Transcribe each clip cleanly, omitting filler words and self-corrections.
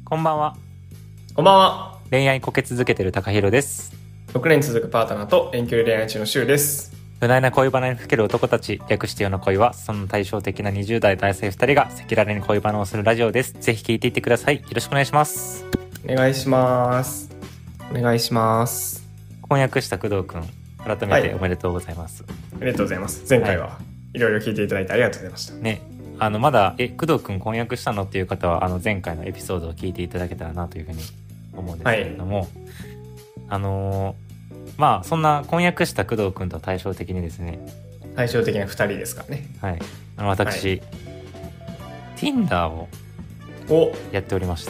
こんばんは。 こんばんは。 恋愛こけ続けてる高弘です。 6年続くパートナーと遠距離恋愛中のシュウです。 不慣れな恋バナにふける男たち、略して世の恋は、その対照的な20代男性2人が赤裸々に恋バナをするラジオです。ぜひ聞いていってください。よろしくお願いします。 お願いします。お願いします。 婚約した工藤くん、改めておめでとうございます。 ありがとうございます。前回はいろいろ聞いていただいてありがとうございました。 ね、まだ工藤くん婚約したのっていう方は前回のエピソードを聞いていただけたらなというふうに思うんですけれども、まあそんな婚約した工藤くんとは対照的にですね、 対照的な2人ですからね。 はい、私、Tinder をやっておりまして、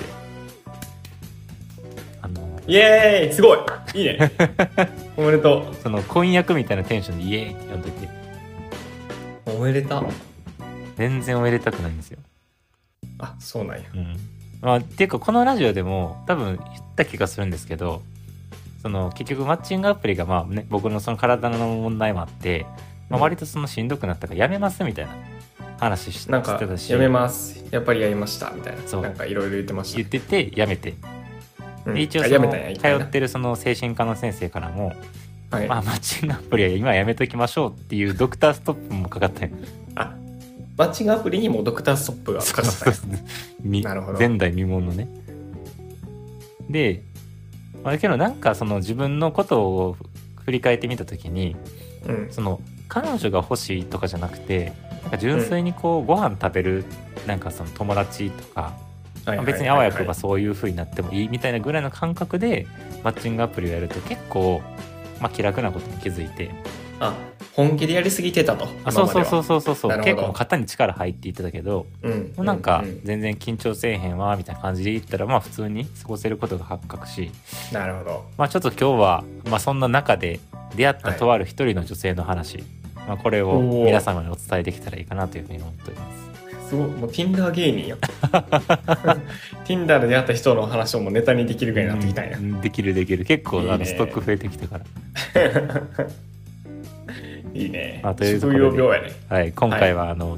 イエーイ、すごいいいねおめでとう。 その婚約みたいなテンションでイエーイって呼んどいて、 おめでた。 全然おめでたくないんですよ。 あ、そうなんや。 っていうかこのラジオでも多分言った気がするんですけど、その結局マッチングアプリが僕のその体の問題もあって、割とそのしんどくなったからやめますみたいな話してたし、やめます、やっぱりやりましたみたいな、 そうなんかいろいろ言ってました。 言っててやめて、で一応その通ってるその精神科の先生からも、マッチングアプリは今やめときましょうっていうドクターストップもかかったよ。 あ、マッチングアプリにもドクターストップがかかったなるほど。前代未聞のね。で、けどなんかその自分のことを振り返ってみたときに、その彼女が欲しいとかじゃなくて、なんか純粋にこうご飯食べるなんかその友達とか、別にあわよくばそういう風になってもいいみたいなぐらいの感覚でマッチングアプリをやると結構気楽なことに気づいて、 本気でやりすぎてたと。 そう結構肩に力入っていってたけど、もうなんか全然緊張せえへんわみたいな感じで言ったら普通に過ごせることが発覚し、 なるほど。 ちょっと今日はそんな中で出会ったとある一人の女性の話、これを皆様にお伝えできたらいいかなというふうに思っております。 すごい、もう Tinder 芸人やTinder で出会った人の話をもうネタにできるぐらいになってきたんや。 できる結構ストック増えてきたからいいね。 というところで、今回はも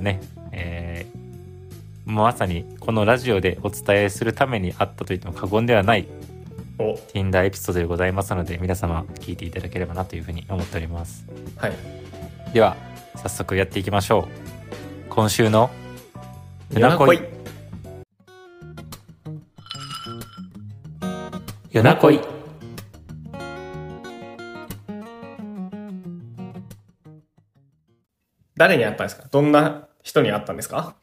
うまさにこのラジオでお伝えするためにあったと言っても過言ではない Tinder エピソードでございますので、皆様聞いていただければなというふうに思っております。では早速やっていきましょう。今週の夜な恋。夜な恋。 誰に会ったんですか？どんな人に会ったんですか？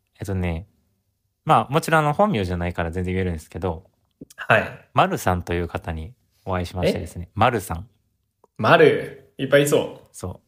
もちろん本名じゃないから全然言えるんですけど、丸さんという方にお会いしましてですね。丸さん。 丸、いっぱいいそう。 そう。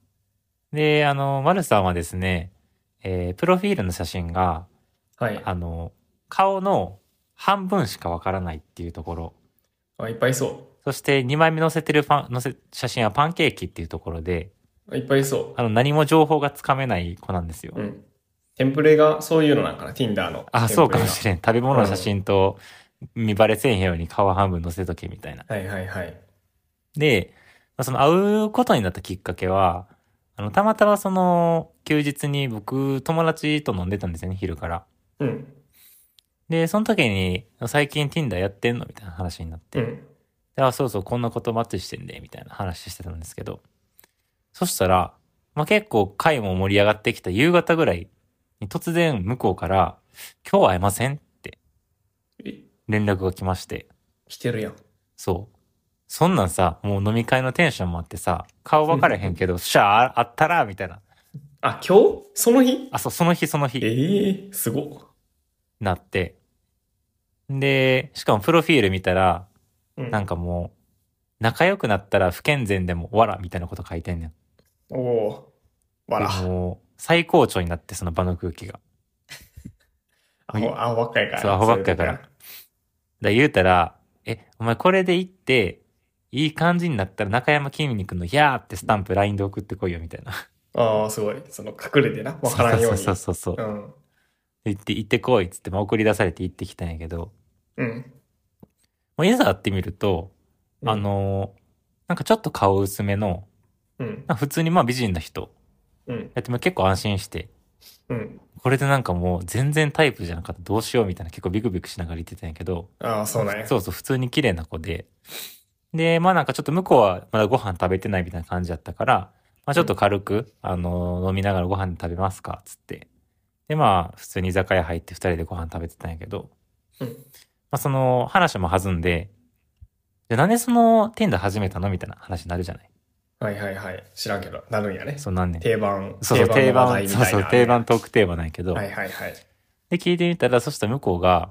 で、丸さんはですね、プロフィールの写真が、顔の半分しかわからないっていうところ。 いっぱいいそう。 そして2枚目載せてる写真はパンケーキっていうところで、 いっぱいいそう。 何も情報がつかめない子なんですよ。 テンプレがそういうのなんかな、Tinder の。 そうかもしれん。食べ物の写真と見バレせえへんように顔半分載せとけみたいな。で、その会うことになったきっかけは、たまたまその休日に僕友達と飲んでたんですよね、昼から。で、その時に最近 Tinder やってんのみたいな話になって。そうそう、こんなことマッチしてんで、みたいな話してたんですけど。そしたら、結構会も盛り上がってきた夕方ぐらいに突然向こうから、今日会えませんって連絡が来まして。 来てるやん。 そう。そんなんさ、もう飲み会のテンションもあってさ、顔分かれへんけど、会ったらみたいな。 今日その日？ そう、その日。 すごっ。 なって。で、しかもプロフィール見たら、なんかもう、仲良くなったら不健全でもわらみたいなこと書いてんねん。 わら。 もう、最高潮になって、その場の空気が。 アホばっかりから。 そう、アホばっかりから。言うたら、お前これで行って、いい感じになったら中山きんに君のやーってスタンプ LINE で送ってこいよみたいな。 すごい。その隠れてな、わからんように。 そう。行ってこいっつって、送り出されて行ってきたんやけど。いざ会ってみると、なんかちょっと顔薄めの、普通に美人な人。やっても結構安心して、 これでなんかもう全然タイプじゃなかった。どうしようみたいな結構ビクビクしながら言ってたんやけど。 ああ、そうなんや。 そうそう、普通に綺麗な子で。で、まあなんかちょっと向こうはまだご飯食べてないみたいな感じだったから、まあちょっと軽く、飲みながらご飯食べますかつって。で、まあ普通に居酒屋入って二人でご飯食べてたんやけど、 うん。 まあその話も弾んで、で、なんでその Tinder 始めたのみたいな話になるじゃない。 はいはいはい。知らんけど、なるんやね。 そうなんねん。 定番、 そうそう、定の話番、 題みたいな。 そうそう、定番トークテーマなんやけど、 はいはいはい。 で、聞いてみたら、そしたら向こうが、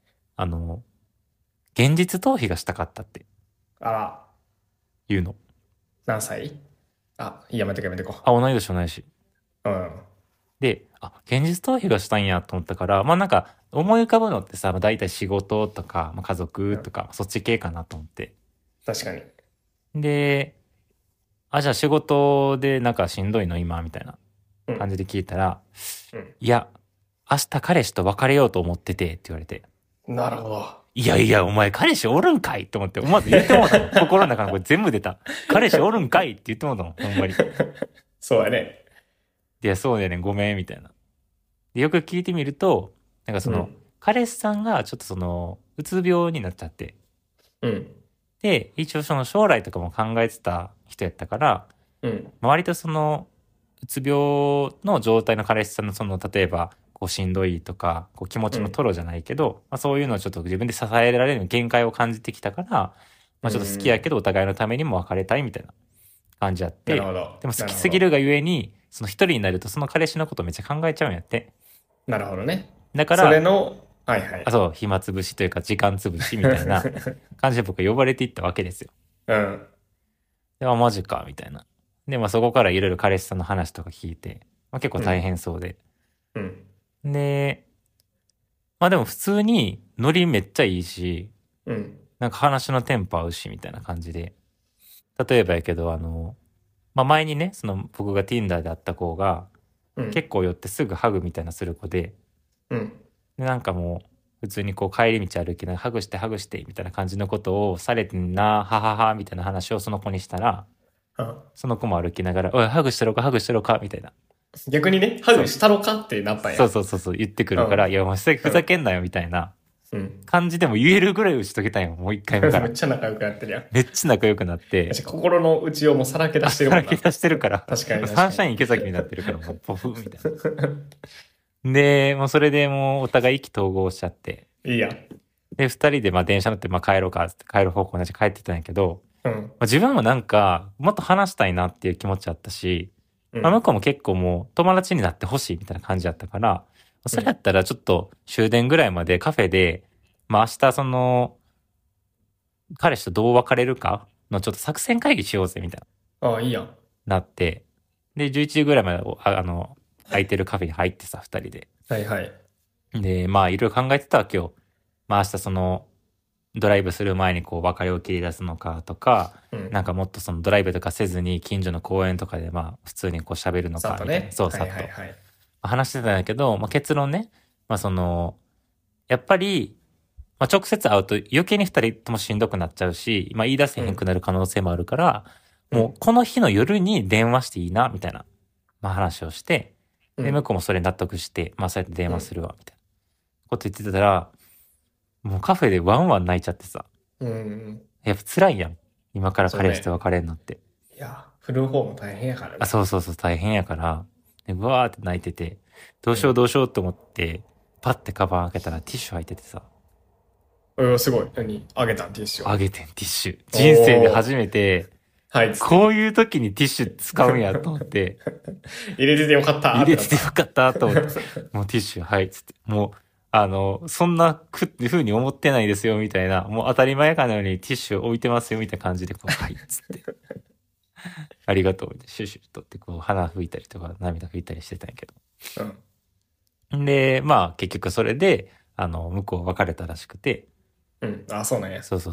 現実逃避がしたかったってあら、 言うの。 何歳？あ、やめてこやめてこ。 あ、同い年同い年。 うん。 で、あ、現実逃避がしたんやと思ったから、まあなんか、思い浮かぶのってさ、まあ、大体仕事とか、まあ、家族とか、そっち系かなと思って。 確かに。 で、あ、じゃあ仕事でなんかしんどいの今みたいな感じで聞いたら、いや、明日彼氏と別れようと思っててって言われて。 なるほど。 いやいや、お前彼氏おるんかいと思って、思わず言ってもうたの。心の中のこれ全部出た。彼氏おるんかいって言ってもうたの。ほんまに。 そうやね。 いや、そうやねん、ごめん、みたいな。でよく聞いてみると、なんかその、彼氏さんがちょっとその、うつ病になっちゃって。 うん。 で、一応その将来とかも考えてた人やったから、割とその、うつ病の状態の彼氏さんのその、例えば、こうしんどいとか、こう気持ちのトロじゃないけど、まあそういうのをちょっと自分で支えられる限界を感じてきたから、まあちょっと好きやけどお互いのためにも別れたいみたいな感じあって、でも好きすぎるがゆえに、その一人になるとその彼氏のことめっちゃ考えちゃうんやって。 なるほどね。 だから、 それの、はいはい。 あ、そう、暇つぶしというか時間つぶしみたいな感じで僕は呼ばれていったわけですよ。 うん。 で、マジか、みたいな。で、まあそこからいろいろ彼氏さんの話とか聞いて、まあ結構大変そうで。で、まあでも普通にノリめっちゃいいし、なんか話のテンポ合うし、みたいな感じで。例えばやけど、まあ前にね、その僕が Tinder で会った子が、結構寄ってすぐハグみたいなする子で、で、なんかもう、普通にこう帰り道歩きながらハグしてハグしてみたいな感じのことをされてんな、はははみたいな話をその子にしたら、その子も歩きながら、おい、ハグしてろか、ハグしてろか、みたいな。 逆にね、ハグしたろかってなったんや。 そう、言ってくるから、いや、もうふざけんなよ、みたいな感じでも言えるぐらい打ち解けたんよ、もう一回目から。 めっちゃ仲良くなってるやん。 めっちゃ仲良くなって。 心の内をもうさらけ出してるもんな。 さらけ出してるから。 確かに。 サンシャイン池崎になってるから、もうポフみたいな。で、もうそれでもうお互い意気投合しちゃって。 いいや。 で、二人でまあ電車乗ってまあ帰ろうかって帰る方向同じ帰ってたんやけど、まあ、自分もなんかもっと話したいなっていう気持ちあったし、まあ、向こうも結構もう友達になってほしいみたいな感じだったから、それやったらちょっと終電ぐらいまでカフェで、まあ明日その、彼氏とどう別れるかのちょっと作戦会議しようぜみたいな。ああ、いいやん。 なって、で、11時ぐらいまで空いてるカフェに入ってさ、二人で。 はいはい。 で、まあいろいろ考えてたわけよ。まあ明日その、ドライブする前にこう別れを切り出すのかとか、なんかもっとそのドライブとかせずに近所の公園とかでまあ普通にこう喋るのかみたいな。そう、さっと。話してたんだけど、まあ結論ね、まあその、やっぱり、まあ直接会うと余計に二人ともしんどくなっちゃうし、まあ言い出せへんくなる可能性もあるから、もうこの日の夜に電話していいな、みたいな、まあ話をして、で、向こうもそれ納得して、まあそうやって電話するわ、みたいなこと言ってたら、もうカフェでワンワン泣いちゃってさ。やっぱ辛いやん。今から彼氏と別れんのって。 いや、振る方も大変やからね。 あ、そう、大変やから。で、うわーって泣いてて、どうしようと思って、パッてカバン開けたらティッシュ入っててさ。 すごい。何あげたんティッシュ。 あげてん、ティッシュ。人生で初めて、こういう時にティッシュ使うんやと思って。 入れててよかった入れててよかったと思って。もうティッシュ、はい、つって。もう、そんな風に思ってないですよ、みたいな。もう当たり前かのようにティッシュ置いてますよ、みたいな感じで、こう、はい、つって。ありがとう、みたいな。シュシュとってこう鼻拭いたりとか涙拭いたりしてたんやけど。で、まあ結局それで、向こう別れたらしくて。 あ、そうなんや。 そう。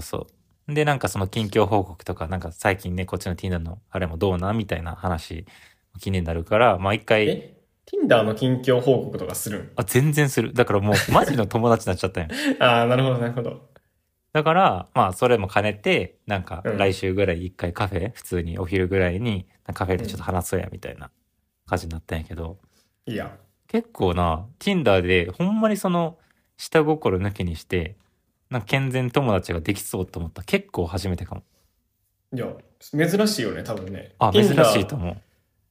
で、なんかその近況報告とか、なんか最近ね、こっちの Tinder のあれもどうなみたいな話、気になるから、まあ一回。 Tinder の近況報告とかするん？ あ、全然する。だからもうマジの友達になっちゃったんや。 ああ、なるほど。 だから、まあそれも兼ねて、なんか来週ぐらい一回カフェ、普通にお昼ぐらいにカフェでちょっと話そうや、みたいな感じになったんやけど。 いや。 結構な、Tinder でほんまにその、下心抜きにして、なんか健全友達ができそうと思ったら結構初めてかも。 いや、珍しいよね、多分ね。 あ、珍しいと思う。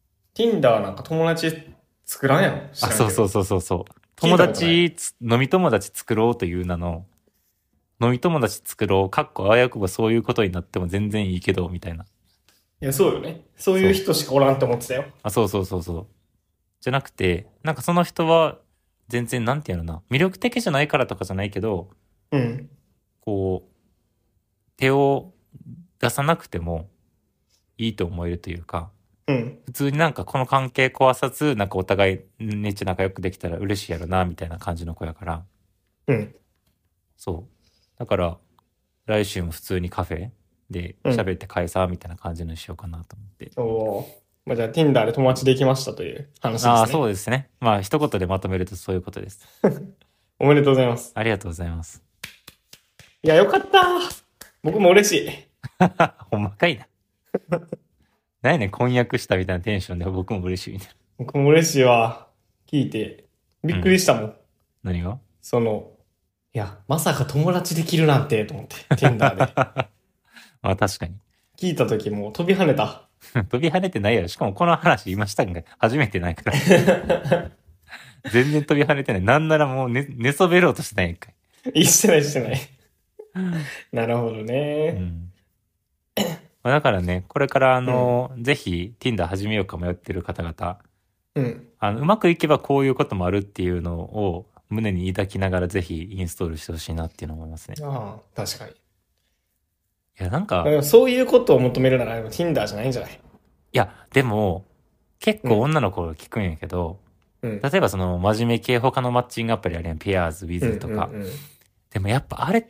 Tinder なんか友達作らんやろ。 あ、そうそうそうそうそう。友達、飲み友達作ろうという名の、飲み友達作ろう、かっこあわよくばそういうことになっても全然いいけど、みたいな。 いや、そうよね。そういう人しかおらんって思ってたよ。 あ、そうそうそうそう。じゃなくて、なんかその人は、全然なんていうのな、魅力的じゃないからとかじゃないけど、 うん。 こう、手を出さなくてもいいと思えるというか、 うん。 普通になんかこの関係壊さず、なんかお互いめっちゃ仲良くできたら嬉しいやろな、みたいな感じの子やから。 うん。 そう。だから、来週も普通にカフェで喋って解散みたいな感じにしようかなと思って。 おー。まあ、じゃあ Tinder で友達できましたという話ですね。 ああ、そうですね。まあ一言でまとめるとそういうことです。 おめでとうございます。 ありがとうございます。 いや、よかった。僕も嬉しい。 ほんまかいな。何やねん、婚約したみたいなテンションで僕も嬉しいみたいな。 僕も嬉しいわ。聞いて。びっくりしたもん。 何が？ いや、まさか友達できるなんて、と思って。Tinder で。 あ、確かに。 聞いた時もう飛び跳ねた。 飛び跳ねてないやろ。しかもこの話今したんが初めてないから。全然飛び跳ねてない。なんならもう寝そべろうとしてないんかい。してないしてない。なるほどい。 ね。 だからね、これからぜひ Tinder 始めようか迷ってる方々、 うん。 うまくいけばこういうこともあるっていうのを胸に抱きながらぜひインストールしてほしいなっていうのを思いますね。 ああ、確かに。 いや、なんか、 そういうことを求めるなら Tinder じゃないんじゃない？ いや、でも、結構女の子が聞くんやけど、 うん。 例えばその真面目系他のマッチングアプリあるやん、ペアーズ、ウィズとか。 うんうんうん、 でもやっぱあれって、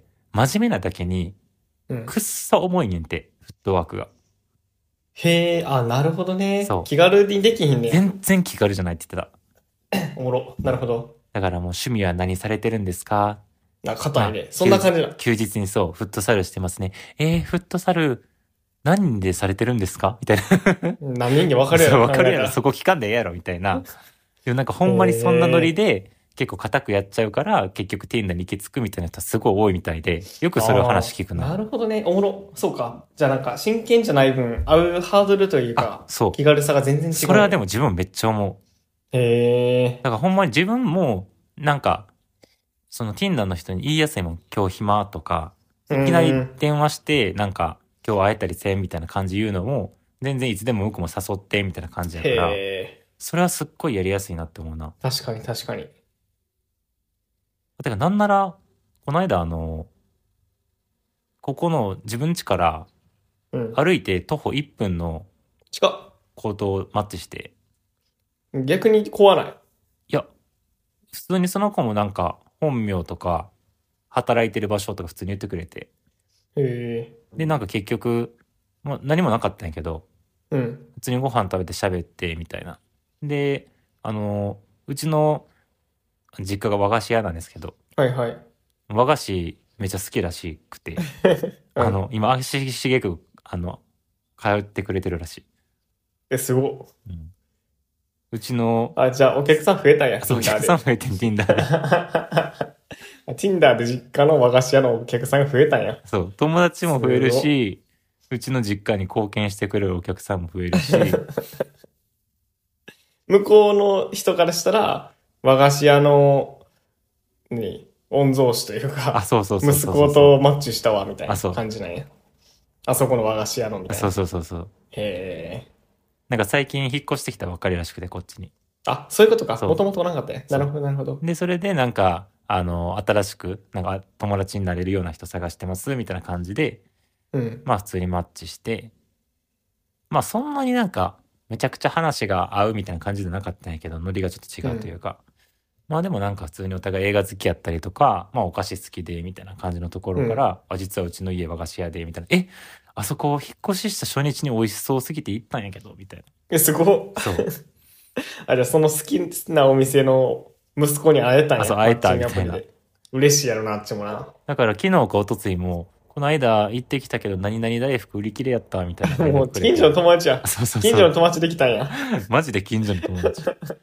真面目なだけに、くっそ重いねんて、フットワークが。 へえ、あ、なるほどね。 そう。 気軽にできひんね。 全然気軽じゃないって言ってた。おもろ。なるほど。 だからもう趣味は何されてるんですか？ 硬いね。そんな感じだ。 休日にそう、フットサルしてますね。フットサル、何人でされてるんですかみたいな。 何人で分かるやろ。 そう、分かるやろ。そこ聞かんでええやろ。みたいな。でもなんかほんまにそんなノリで、結構固くやっちゃうから、結局Tinderに行き着くみたいな人はすごい多いみたいで、よくそれを話聞くな。 なるほどね。おもろ。そうか。じゃあなんか真剣じゃない分、会うハードルというか、 そう。 気軽さが全然違う。 それはでも自分めっちゃ思う。へえ。 だからほんまに自分も、なんか、その Tinder の人に言いやすいもん、今日暇とか、いきなり電話して、なんか、今日会えたりせんみたいな感じ言うのも、全然いつでも僕も誘ってみたいな感じやから、それはすっごいやりやすいなって思うな。 確かに確かに。 てかなんなら、この間ここの自分家から歩いて徒歩1分の行動をマッチして。 逆に怖ない？ いや、普通にその子もなんか本名とか働いてる場所とか普通に言ってくれて。で、なんか結局、何もなかったんやけど、普通にご飯食べて喋ってみたいな。で、うちの実家が和菓子屋なんですけど、和菓子めっちゃ好きらしくて、今足しげく通ってくれてるらしい。すごっ。 うちのじゃあお客さん増えたんや。 そう、お客さん増えてん Tinder で。 Tinder で実家の和菓子屋のお客さんが増えたんや。 そう、友達も増えるし、うちの実家に貢献してくれるお客さんも増えるし。 向こうの人からしたら、和菓子屋の、御曹司というか、息子とマッチしたわ、みたいな感じなんや。あそこの和菓子屋のみたいな。 そう。 へー。 なんか最近引っ越してきたばっかりらしくて、こっちに。 あ、そういうことか。もともとなかったね。なるほど、なるほど。 で、それでなんか、新しく、なんか友達になれるような人探してます、みたいな感じで、まあ普通にマッチして、まあそんなになんか、めちゃくちゃ話が合うみたいな感じじゃなかったんやけど、ノリがちょっと違うというか、まあでもなんか普通にお互い映画好きやったりとか、まあお菓子好きで、みたいな感じのところから、実はうちの家和菓子屋で、みたいな、あそこ引っ越しした初日に美味しそうすぎて行ったんやけど、みたいな。 すごっ。 そう。 じゃあその好きなお店の息子に会えたんや。 そう、会えたみたいな。 嬉しいやろな、あっちもな。 だから昨日か一昨日も、この間行ってきたけど何々大福売り切れやったみたいな。 もう近所の友達や。 そう。 近所の友達できたんや。 マジで近所の友達。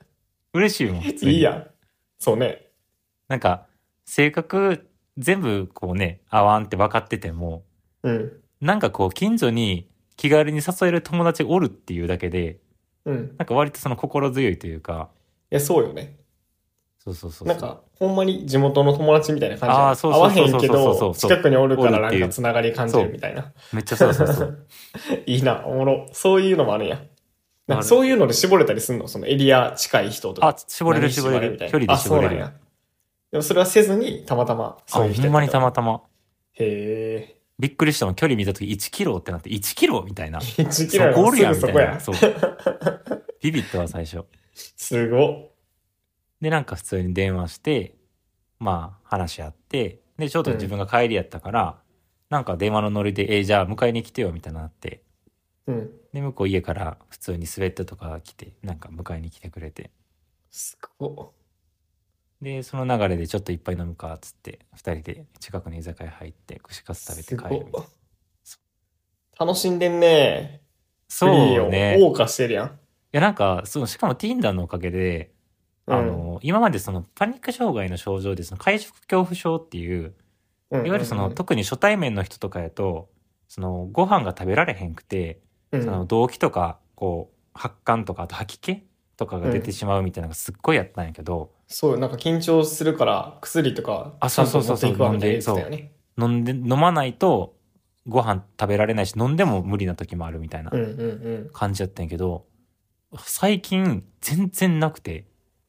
嬉しいもん、普通に。 いいやん。そうね。 なんか、性格全部こうね、合わんって分かってても、 うん。 なんかこう、近所に気軽に誘える友達がおるっていうだけで、 うん。 なんか割とその心強いというか、 いや、そうよね。 そうそうそうそう。 なんか、ほんまに地元の友達みたいな感じやん。 ああ、そうそうそうそうそうそう。 会わへんけど、近くにおるからなんおるっていうかつながり感じるみたいな。 めっちゃそうそうそう。 いいな、おもろ。そういうのもあるんや。なんかそういうので絞れたりすんのそのエリア近い人とか。 あ、絞れる絞れる。距離であ、 絞れる。 そうなんや。でもそれはせずに、たまたまそういう人ほんまにたまたま。 へえ。 びっくりしたもん。距離見たとき1キロってなって、1キロみたいな。 1キロそこおるやんみたいな。 そそう。ビビったわ、最初。 すご。 で、なんか普通に電話して、まあ、話し合って、で、ちょうど自分が帰りやったから、なんか電話のノリで、じゃあ迎えに来てよ、みたいなのあって。 うん。 で、向こう家から普通にスウェットとか来て、なんか迎えに来てくれて。 すご。 で、その流れでちょっと一杯飲むか、つって、二人で近くの居酒屋入って、串カツ食べて帰るみたいな。 楽しんでんね。 そうね。 謳歌してるやん。いや、なんか、しかも Tinder のおかげで、今までそのパニック障害の症状で、その会食恐怖症っていう、いわゆるその、特に初対面の人とかやと、その、ご飯が食べられへんくて、その、動悸とか、こう、発汗とか、あと吐き気とかが出てしまうみたいなのがすっごいやったんやけど、 そう、なんか緊張するから薬とか、 そうそうそうそう、飲んで、飲まないとご飯食べられないし、飲んでも無理な時もあるみたいな感じやったんやけど、最近全然なくて、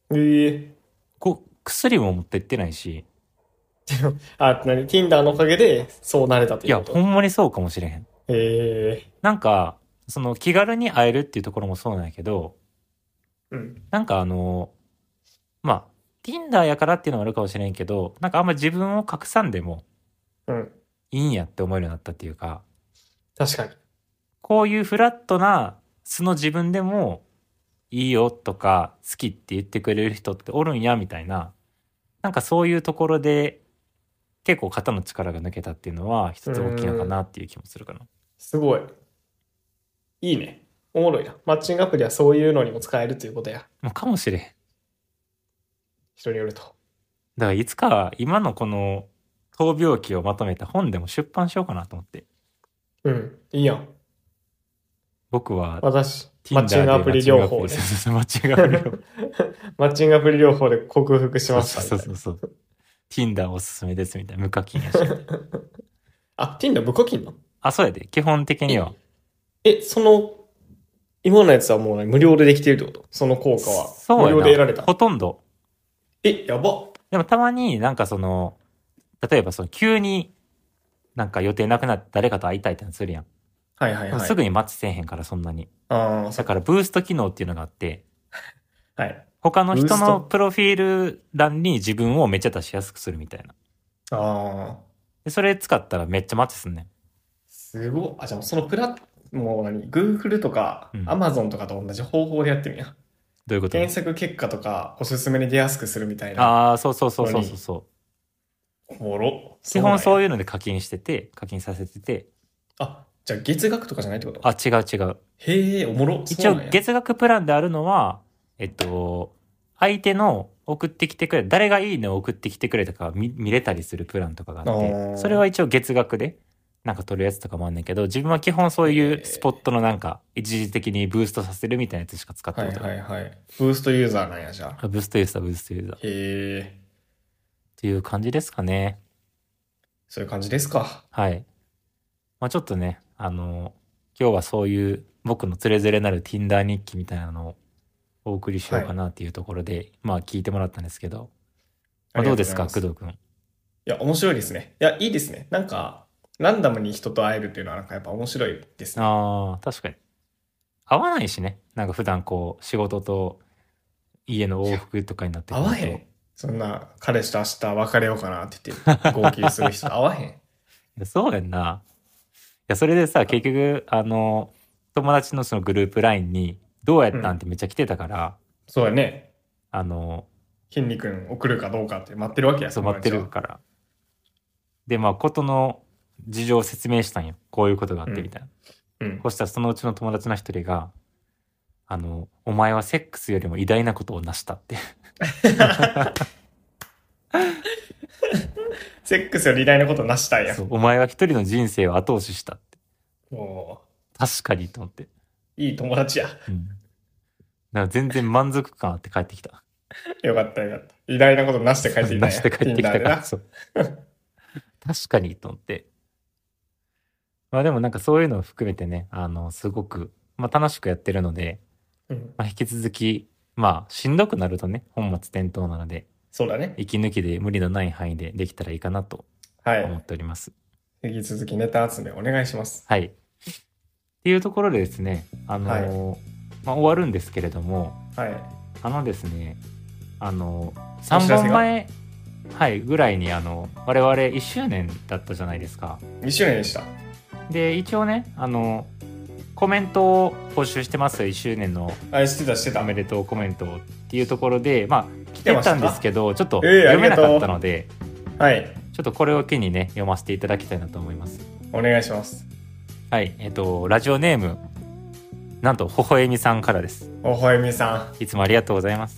薬も持ってってないし、 Tinder のおかげでそうなれたということ。 いや、ほんまにそうかもしれへん。なんか、その気軽に会えるっていうところもそうなんやけど、なんかまあ、Tinder やからっていうのもあるかもしれんけど、なんかあんま自分を隠さんでも、いいんやって思えるようになったっていうか、 確かに。 こういうフラットな素の自分でもいいよとか好きって言ってくれる人っておるんやみたいな、なんかそういうところで結構肩の力が抜けたっていうのは一つ大きいのかなっていう気もするかな。 すごい。いいね。おもろいな。マッチングアプリはそういうのにも使えるということや。 もうかもしれん。 人によると。 だからいつか今のこの闘病記をまとめた本でも出版しようかなと思って。 いいやん。 僕は、 私、マッチングアプリ療法で。 マッチングアプリ療法。 マッチングアプリ療法で克服しました。 そう。Tinder おすすめですみたいな。無課金やし。 Tinder 無課金なの？ そうやで。基本的には。 今のやつはもう、無料でできてるってこと？その効果は。無料で得られた。 ほとんど。 やば。 でもたまになんか例えば急になんか予定なくなって誰かと会いたいってのするやん。すぐにマッチせえへんからそんなに。だからブースト機能っていうのがあって、他の人のプロフィール欄に自分をめっちゃ出しやすくするみたいな。でそれ使ったらめっちゃマッチすんねん。 すごい。じゃあそのもうGoogle とか Amazon とかと同じ方法でやってみや。 どういうこと？ 検索結果とかおすすめに出やすくするみたいな。 そう。 おもろ。 基本そういうので課金させてて。 じゃあ月額とかじゃないってこと？ 違う。 へえ、おもろ。 一応月額プランであるのは、相手の送ってきてくれ、誰がいいねを送ってきてくれたか見れたりするプランとかがあって、それは一応月額でなんか取るやつとかもあんねんけど、自分は基本そういうスポットのなんか一時的にブーストさせるみたいなやつしか使ったことない。 ブーストユーザーなんや、じゃあ。 ブーストユーザー。 へえ。 っていう感じですかね。 そういう感じですか。 はい。まあちょっとね、今日はそういう僕のつれづれなる Tinder 日記みたいなのをお送りしようかなっていうところで、まあ聞いてもらったんですけど、どうですか、工藤くん。 いや、面白いですね。いや、いいですね。なんか、ランダムに人と会えるっていうのはなんかやっぱ面白いですね。 確かに。会わないしね。なんか普段仕事と家の往復とかになってくると。 会わへん。そんな、彼氏と明日別れようかなって言って号泣する人会わへん。そうやんな。それでさ、結局、友達のそのグループ LINE に、どうやったんってめっちゃ来てたから。 そうやね。筋肉送るかどうかって待ってるわけや。 そう、待ってるから。で、ことの事情を説明したんよ。こういうことがあってみたいな。そしたらそのうちの友達の一人が、 お前はセックスよりも偉大なことを成したって。 セックスより偉大なことを成したんや。 そう、お前は一人の人生を後押ししたって。確かにと思って。 いい友達や。 うん。だから全然満足感あって帰ってきた。 よかったよかった。偉大なことなして帰ってきたんや。 なして帰ってきたから、そう。確かにと思って。まあでもなんかそういうのを含めてね、すごく、まあ楽しくやってるので、まあ引き続き、まあしんどくなるとね、本末転倒なので、 そうだね。 息抜きで無理のない範囲でできたらいいかなと思っております。 引き続きネタ集めお願いします。 はい。っていうところでですね、まあ終わるんですけれども、ですね、3本前、はい、ぐらいに我々1周年だったじゃないですか。 1周年でした。 で、一応ね、コメントを募集してます。1周年の。 してた。 おめでとうコメントっていうところで、まあ、来てたんですけど、ちょっと読めなかったので、 はい。 ちょっとこれを機にね、読ませていただきたいなと思います。 お願いします。 はい。ラジオネーム、なんと、ほほえみさんからです。 ほほえみさん。いつもありがとうございます。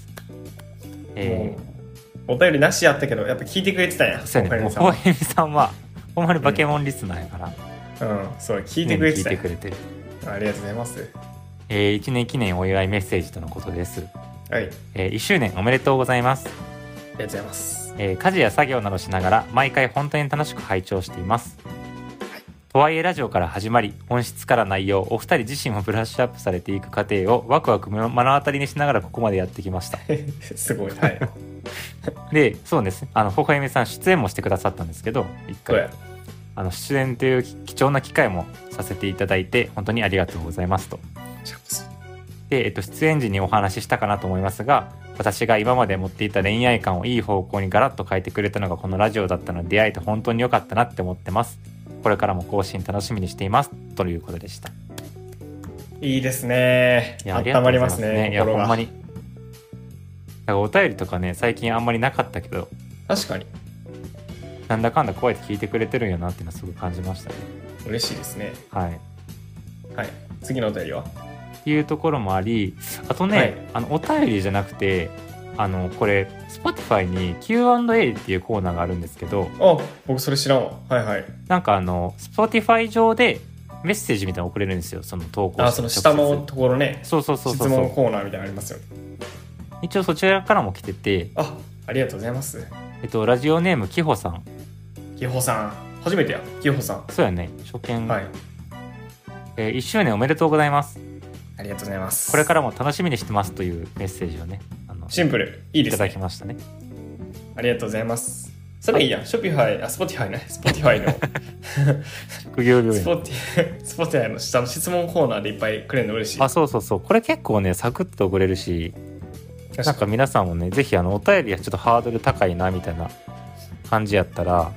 お便りなしやったけど、やっぱ聞いてくれてたんや。 そうやね。ほほえみさんは、ほんまにバケモンリスナーやから。 そう、聞いてくれてた。 聞いてくれてる。 ありがとうございます。 1年記念お祝いメッセージとのことです。 はい。 1周年おめでとうございます。 ありがとうございます。 家事や作業などしながら毎回本当に楽しく拝聴しています。とはいえラジオから始まり、本質から内容、お二人自身もブラッシュアップされていく過程をワクワク目の当たりにしながらここまでやってきました。 すごい。はい。 で、そうです。ほほえみさん出演もしてくださったんですけど、一回。出演という貴重な機会もさせていただいて、本当にありがとうございますと。で、出演時にお話ししたかなと思いますが、私が今まで持っていた恋愛観をいい方向にガラッと変えてくれたのがこのラジオだったので、出会えて本当に良かったなって思ってます。これからも更新楽しみにしていますということでした。 いいですね。温まりますね。 いや、ほんまに。だからお便りとかね、最近あんまりなかったけど、 確かになんだかんだこうやって聞いてくれてるんやなっていうのはすごく感じましたね。 嬉しいですね。 はい。 はい。次のお便りはっていうところもあり、あとね、お便りじゃなくて、これ Spotify に Q&A っていうコーナーがあるんですけど、 僕それ知らんわ。はいはい。 なんかSpotify 上でメッセージみたいなの送れるんですよ、その投稿。 その下のところね。 そう。質問コーナーみたいなのありますよ。 一応そちらからも来てて、 ありがとうございます。 ラジオネームきほさん。 きほさん、初めてや。きほさん。 そうやね、初見。 はい。 1周年おめでとうございます。 ありがとうございます。 これからも楽しみにしてますというメッセージをね、 シンプル、いいですね。 いただきましたね。 ありがとうございます。それいいやん。ショピファイ、スポティファイね。スポティファイの職業病院。 スポティファイの下の質問コーナーでいっぱいくれるの嬉しい。 そう。これ結構ね、サクッと送れるし、なんか皆さんもね、ぜひお便りはちょっとハードル高いなみたいな感じやったら、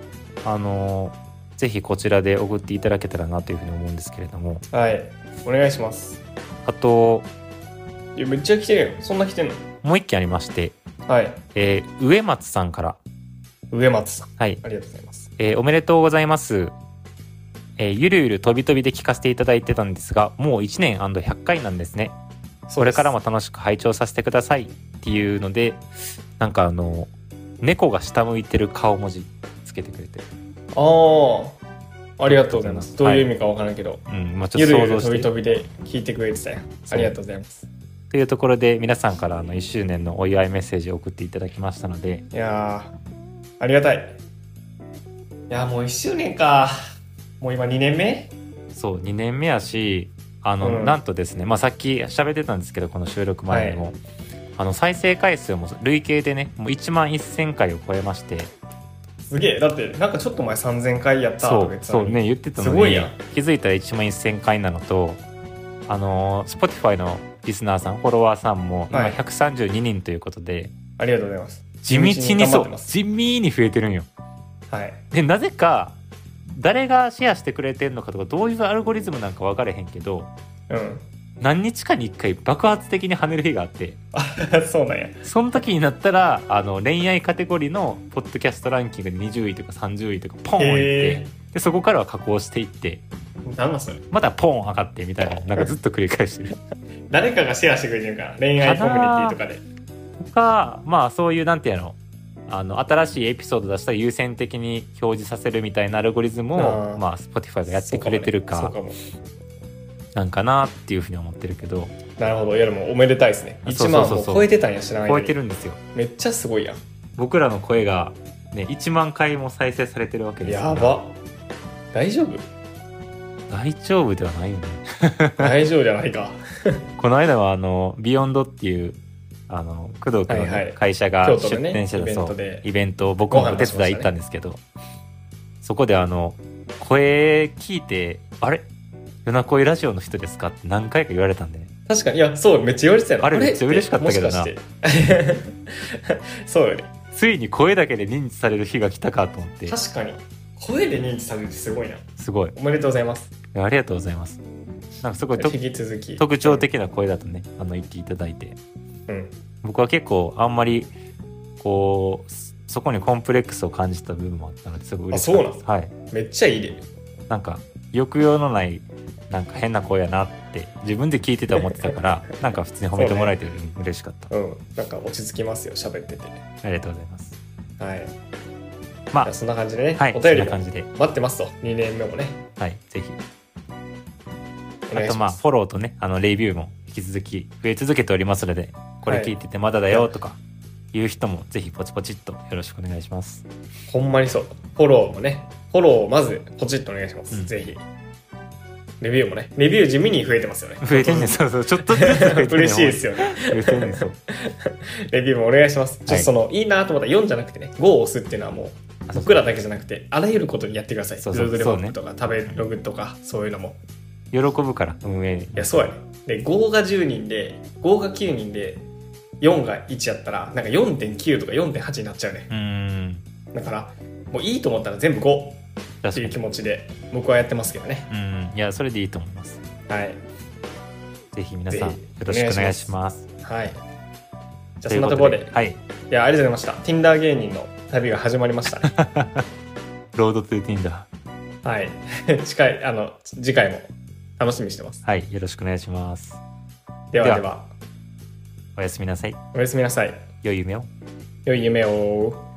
ぜひこちらで送っていただけたらなというふうに思うんですけれども。 はい。お願いします。 あと、 めっちゃ来てるよ。そんな来てんの？ もう一件ありまして、 はい。 植松さんから。 植松さん。 はい。 ありがとうございます。 おめでとうございます。ゆるゆる飛び飛びで聞かせていただいてたんですが、もう1年 &100 回なんですね。これからも楽しく拝聴させてくださいっていうので、なんか猫が下向いてる顔文字つけてくれて。 ありがとうございます。どういう意味かわからんけど、 まあちょっと想像して。 ゆるゆる飛び飛びで聞いてくれてたよ。ありがとうございます。 というところで皆さんから1周年のお祝いメッセージを送っていただきましたので、 いやーありがたい。いやもう1周年か。もう今2年目？ そう2年目やし、なんとですね、まあさっき喋ってたんですけど、この収録前にも、再生回数も累計でね、もう1万1000回を超えまして。 すげえ。だってなんかちょっと前3000回やったとか言ってたのに。 そうね、言ってたのに、 すごいやん。 気づいたら1万1000回なのと、Spotify のリスナーさん、フォロワーさんも今132人ということで、 ありがとうございます。 地道に地味に増えてるんよ。 はい。 で、なぜか誰がシェアしてくれてんのかとか、どういうアルゴリズムなんか分かれへんけど、何日かに1回爆発的に跳ねる日があって、 そうなんや。 その時になったら恋愛カテゴリーのポッドキャストランキングで20位とか30位とかポンいって、でそこからは加工していって、 なんだそれ。 またポーン上がってみたいな、なんかずっと繰り返してる。 誰かがシェアしてくれてるから、恋愛コミュニティとかで。 とか、まあそういうなんていうの、新しいエピソード出したら優先的に表示させるみたいなアルゴリズムを、まあ Spotify がやってくれてるか、なんかなっていうふうに思ってるけど。 なるほど。いやでもおめでたいですね。1万も超えてたんや、知らない。 超えてるんですよ。 めっちゃすごいやん。 僕らの声がね、1万回も再生されてるわけですから。 やば。大丈夫？ 大丈夫ではないよね。 大丈夫じゃないか。 この間はビヨンドっていう工藤君の会社が出展してた、イベントを僕もお手伝い行ったんですけど、そこで声聞いて、あれ夜な恋ラジオの人ですかって何回か言われたんでね。 確かに。いや、そう、めっちゃ言われてたよ。 あれめっちゃ嬉しかったけどな。 そうよね。 ついに声だけで認知される日が来たかと思って。 確かに声で認知されるってすごいな。 すごい。 おめでとうございます。 ありがとうございます。なんかすごい引き続き特徴的な声だとね、言っていただいて、 うん、 僕は結構あんまりこうそこにコンプレックスを感じた部分もあったのですごい嬉しかったです。 あ、そうなんです。はい。めっちゃいいで。 なんか抑揚のないなんか変な声やなって自分で聞いてて思ってたからなんか普通に褒めてもらえて嬉しかった。 うん。なんか落ち着きますよ、喋ってて。 ありがとうございます。 はい。 まあそんな感じでね、 はい、 お便りも待ってますと、2年目もね。 はい、ぜひ。あとまあフォローとね、レビューも引き続き増え続けておりますので、これ聞いててまだだよとかいう人もぜひポチポチっとよろしくお願いします。 ほんまにそう。フォローもね、フォローをまずポチッとお願いします。うん、ぜひ。レビューもね、レビュー地味に増えてますよね。 増えてんね、そうそう、ちょっとずつ増えてる、ね。 嬉しいですよね。 増えてんね、そう。 レビューもお願いします。ちょっといいなと思ったら4じゃなくてね、5を押すっていうのはもう、僕らだけじゃなくて、あらゆることにやってください。Google マップとか、食べログとか、そういうのも。 喜ぶから、運営に。 いや、そうやね。で、5が10人で、5が9人で、4が1やったら、なんか 4.9 とか 4.8 になっちゃうね。だから、もういいと思ったら全部5っていう気持ちで、僕はやってますけどね。 いや、それでいいと思います。 はい。 ぜひ皆さん、よろしくお願いします。 はい。じゃあ、そんなところで。 はい。 いや、ありがとうございました。Tinder 芸人の旅が始まりましたね。 ロードトゥ Tinder。 はい。次回も楽しみにしてます。 はい。よろしくお願いします。 では。 おやすみなさい。 おやすみなさい。 良い夢を。 良い夢を。